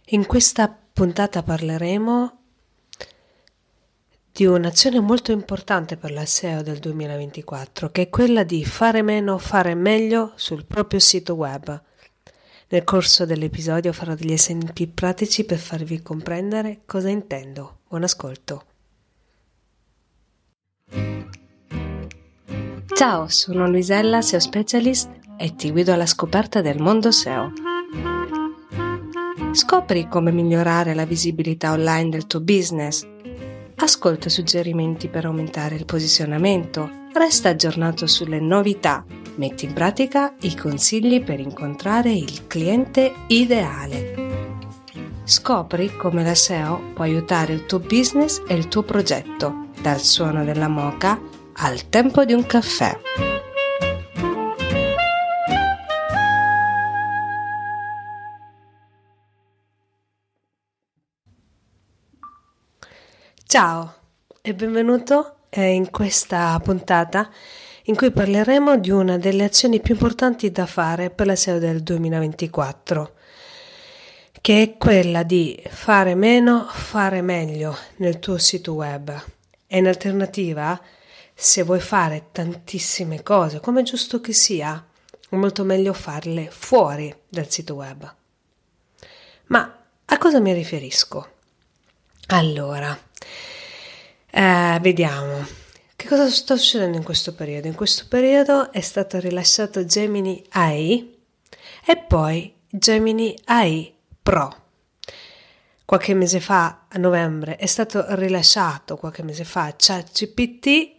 In questa puntata parleremo di un'azione molto importante per la SEO del 2024, che è quella di fare meno, fare meglio sul proprio sito web. Nel corso dell'episodio farò degli esempi pratici per farvi comprendere cosa intendo. Buon ascolto. Ciao, sono Luisella, SEO Specialist e ti guido alla scoperta del mondo SEO. Scopri come migliorare la visibilità online del tuo business. Ascolta suggerimenti per aumentare il posizionamento. Resta aggiornato sulle novità. Metti in pratica i consigli per incontrare il cliente ideale. Scopri come la SEO può aiutare il tuo business e il tuo progetto, dal suono della moka al tempo di un caffè. Ciao e benvenuto in questa puntata in cui parleremo di una delle azioni più importanti da fare per la SEO del 2024, che è quella di fare meno, fare meglio nel tuo sito web. E in alternativa, se vuoi fare tantissime cose, come è giusto che sia, è molto meglio farle fuori dal sito web. Ma a cosa mi riferisco? Allora, vediamo che cosa sta succedendo in questo periodo. In questo periodo è stato rilasciato Gemini AI e poi Gemini AI Pro. Qualche mese fa, a novembre, è stato rilasciato ChatGPT,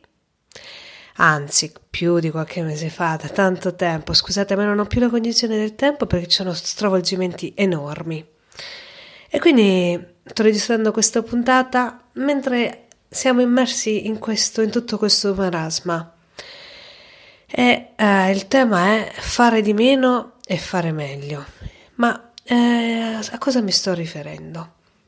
anzi più di qualche mese fa, da tanto tempo. Scusate, ma non ho più la cognizione del tempo perché ci sono stravolgimenti enormi. E quindi sto registrando questa puntata mentre siamo immersi in tutto questo marasma. E il tema è fare di meno e fare meglio. Ma a cosa mi sto riferendo?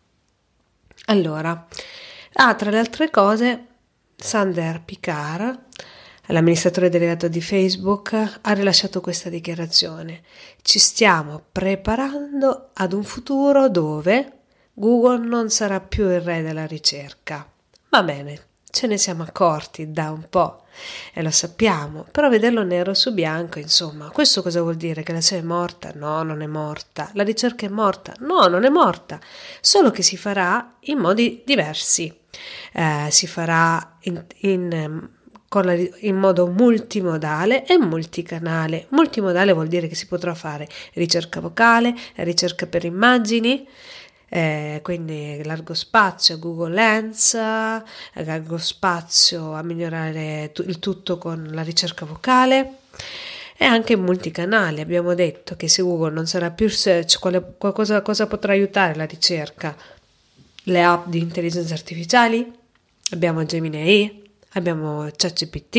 Allora, tra le altre cose, Sundar Pichai, l'amministratore delegato di Facebook, ha rilasciato questa dichiarazione: ci stiamo preparando ad un futuro dove Google non sarà più il re della ricerca. Va bene, ce ne siamo accorti da un po' e lo sappiamo, però vederlo nero su bianco, insomma, questo cosa vuol dire? Che la SEO è morta? No, non è morta. La ricerca è morta? No, non è morta, solo che si farà in modi diversi. Si farà in modo multimodale e multicanale. Multimodale vuol dire che si potrà fare ricerca vocale, ricerca per immagini, quindi largo spazio Google Lens, largo spazio a migliorare il tutto con la ricerca vocale, e anche multicanale. Abbiamo detto che se Google non sarà più search, cosa potrà aiutare la ricerca? Le app di intelligenza artificiali, abbiamo Gemini AI, abbiamo ChatGPT,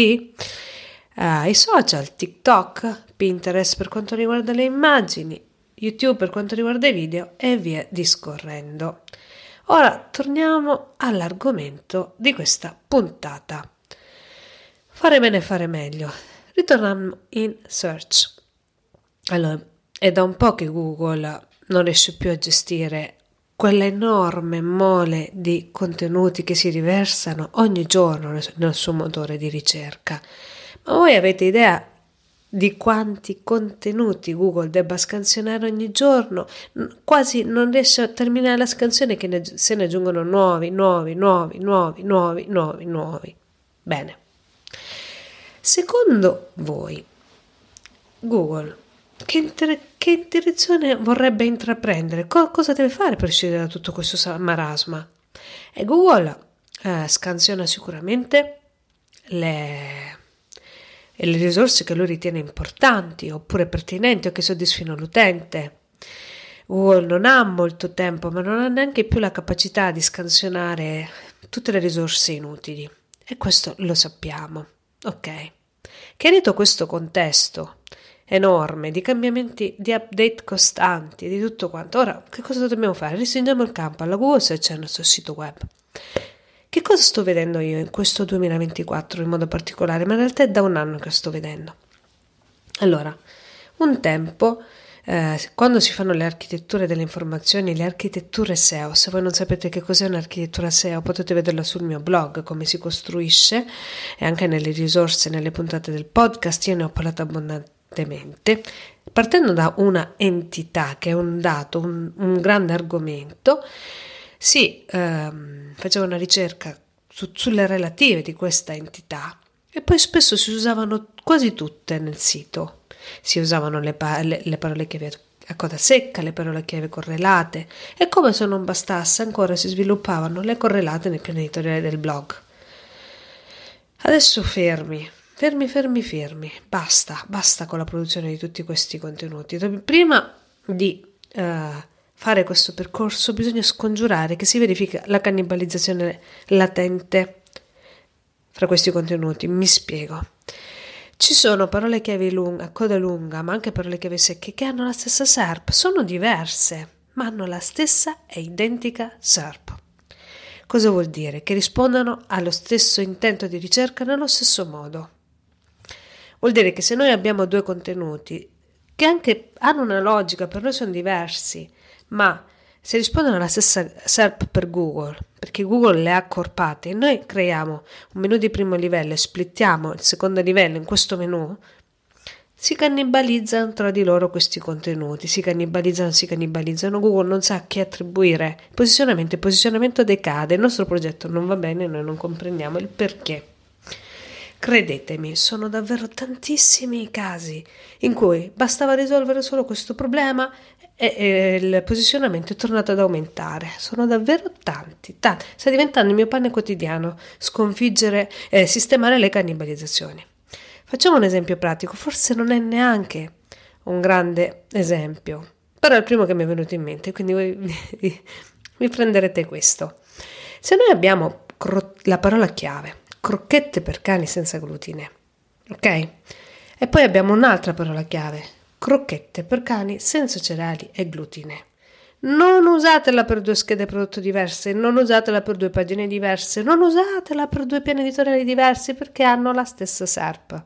i social, TikTok, Pinterest per quanto riguarda le immagini, YouTube per quanto riguarda i video e via discorrendo. Ora torniamo all'argomento di questa puntata. Fare bene e fare meglio. Ritorniamo in search. Allora, è da un po' che Google non riesce più a gestire quell'enorme mole di contenuti che si riversano ogni giorno nel suo motore di ricerca. Ma voi avete idea di quanti contenuti Google debba scansionare ogni giorno? Quasi non riesce a terminare la scansione che se ne aggiungono nuovi. Bene. Secondo voi, Google che direzione vorrebbe intraprendere? Cosa deve fare per uscire da tutto questo marasma? E Google scansiona sicuramente le risorse che lui ritiene importanti oppure pertinenti o che soddisfino l'utente. Google non ha molto tempo, ma non ha neanche più la capacità di scansionare tutte le risorse inutili, e questo lo sappiamo. Ok. Chiarito questo contesto enorme di cambiamenti, di update costanti, di tutto quanto, ora che cosa dobbiamo fare? Restringiamo il campo alla Google Search al nostro sito web. Che cosa sto vedendo io in questo 2024 in modo particolare? Ma in realtà è da un anno che sto vedendo. Allora, un tempo quando si fanno le architetture delle informazioni, le architetture SEO, se voi non sapete che cos'è un'architettura SEO, potete vederla sul mio blog, come si costruisce, e anche nelle risorse, nelle puntate del podcast, io ne ho parlato abbondantemente. Partendo da una entità, che è un dato, un grande argomento, faceva una ricerca sulle relative di questa entità e poi spesso si usavano quasi tutte nel sito. Si usavano le parole chiave a coda secca, le parole chiave correlate, e come se non bastasse ancora si sviluppavano le correlate nel piano editoriale del blog. Adesso fermi, basta con la produzione di tutti questi contenuti. Prima di fare questo percorso bisogna scongiurare che si verifica la cannibalizzazione latente fra questi contenuti. Mi spiego. Ci sono parole chiave a coda lunga, ma anche parole chiave secche che hanno la stessa SERP, sono diverse, ma hanno la stessa e identica SERP. Cosa vuol dire? Che rispondono allo stesso intento di ricerca nello stesso modo. Vuol dire che se noi abbiamo due contenuti che anche hanno una logica, per noi sono diversi, ma se rispondono alla stessa SERP per Google, perché Google le ha accorpate, e noi creiamo un menu di primo livello e splittiamo il secondo livello in questo menu, si cannibalizzano tra di loro questi contenuti, si cannibalizzano, Google non sa a chi attribuire il posizionamento decade, il nostro progetto non va bene, noi non comprendiamo il perché. Credetemi, sono davvero tantissimi i casi in cui bastava risolvere solo questo problema e il posizionamento è tornato ad aumentare. Sono davvero tanti. Sta diventando il mio pane quotidiano sconfiggere e sistemare le cannibalizzazioni. Facciamo un esempio pratico, forse non è neanche un grande esempio, però è il primo che mi è venuto in mente, quindi voi mi prenderete questo. Se noi abbiamo la parola chiave crocchette per cani senza glutine, ok? E poi abbiamo un'altra parola chiave, crocchette per cani senza cereali e glutine. Non usatela per due schede prodotto diverse, non usatela per due pagine diverse, non usatela per due piani editoriali diversi perché hanno la stessa SERP.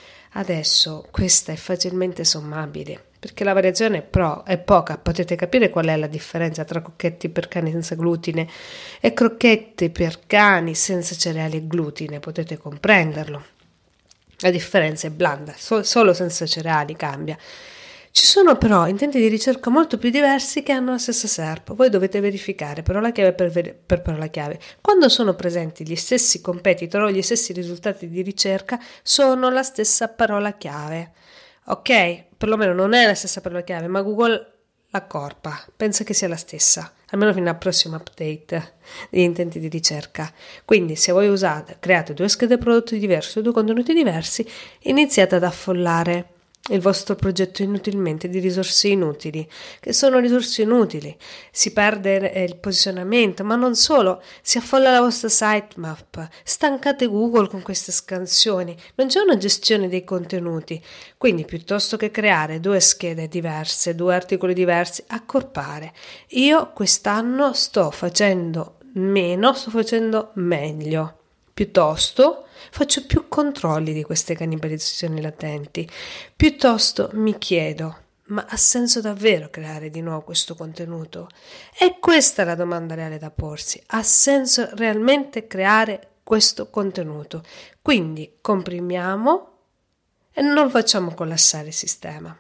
Adesso questa è facilmente sommabile, perché la variazione è poca, potete capire qual è la differenza tra crocchetti per cani senza glutine e crocchetti per cani senza cereali e glutine, potete comprenderlo. La differenza è blanda, solo senza cereali cambia. Ci sono però intenti di ricerca molto più diversi che hanno la stessa SERP. Voi dovete verificare parola chiave per parola chiave. Quando sono presenti gli stessi competitor o gli stessi risultati di ricerca, sono la stessa parola chiave. Ok? Perlomeno non è la stessa parola chiave, ma Google l'accorpa. Pensa che sia la stessa, almeno fino al prossimo update degli intenti di ricerca. Quindi se voi create due schede prodotti diverse o due contenuti diversi, iniziate ad affollare il vostro progetto inutilmente di risorse inutili, che sono risorse inutili, si perde il posizionamento, ma non solo, si affolla la vostra sitemap, stancate Google con queste scansioni, non c'è una gestione dei contenuti, quindi piuttosto che creare due schede diverse, due articoli diversi, accorpare. Io quest'anno sto facendo meno, sto facendo meglio. Piuttosto faccio più controlli di queste cannibalizzazioni latenti, piuttosto mi chiedo, ma ha senso davvero creare di nuovo questo contenuto? E questa è la domanda reale da porsi, ha senso realmente creare questo contenuto? Quindi comprimiamo e non facciamo collassare il sistema.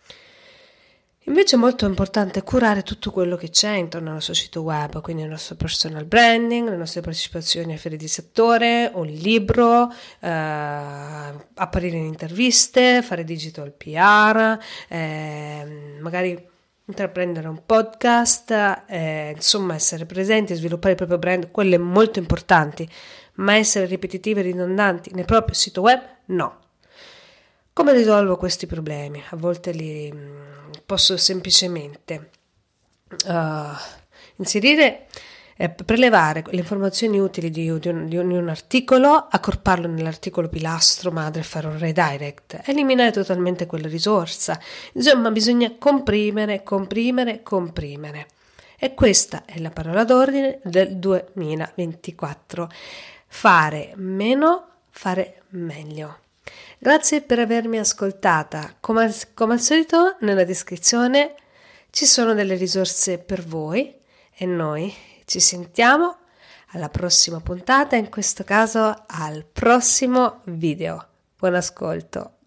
Invece è molto importante curare tutto quello che c'è intorno al nostro sito web, quindi il nostro personal branding, le nostre partecipazioni a ferie di settore, un libro, apparire in interviste, fare digital PR, magari intraprendere un podcast, insomma essere presenti, sviluppare il proprio brand, quelle molto importanti, ma essere ripetitivi e ridondanti nel proprio sito web, no. Come risolvo questi problemi? A volte li posso semplicemente inserire, prelevare le informazioni utili di un articolo, accorparlo nell'articolo pilastro madre e fare un redirect, eliminare totalmente quella risorsa. Insomma, bisogna comprimere. E questa è la parola d'ordine del 2024. Fare meno, fare meglio. Grazie per avermi ascoltata. Come al solito, nella descrizione ci sono delle risorse per voi e noi ci sentiamo alla prossima puntata, in questo caso al prossimo video. Buon ascolto.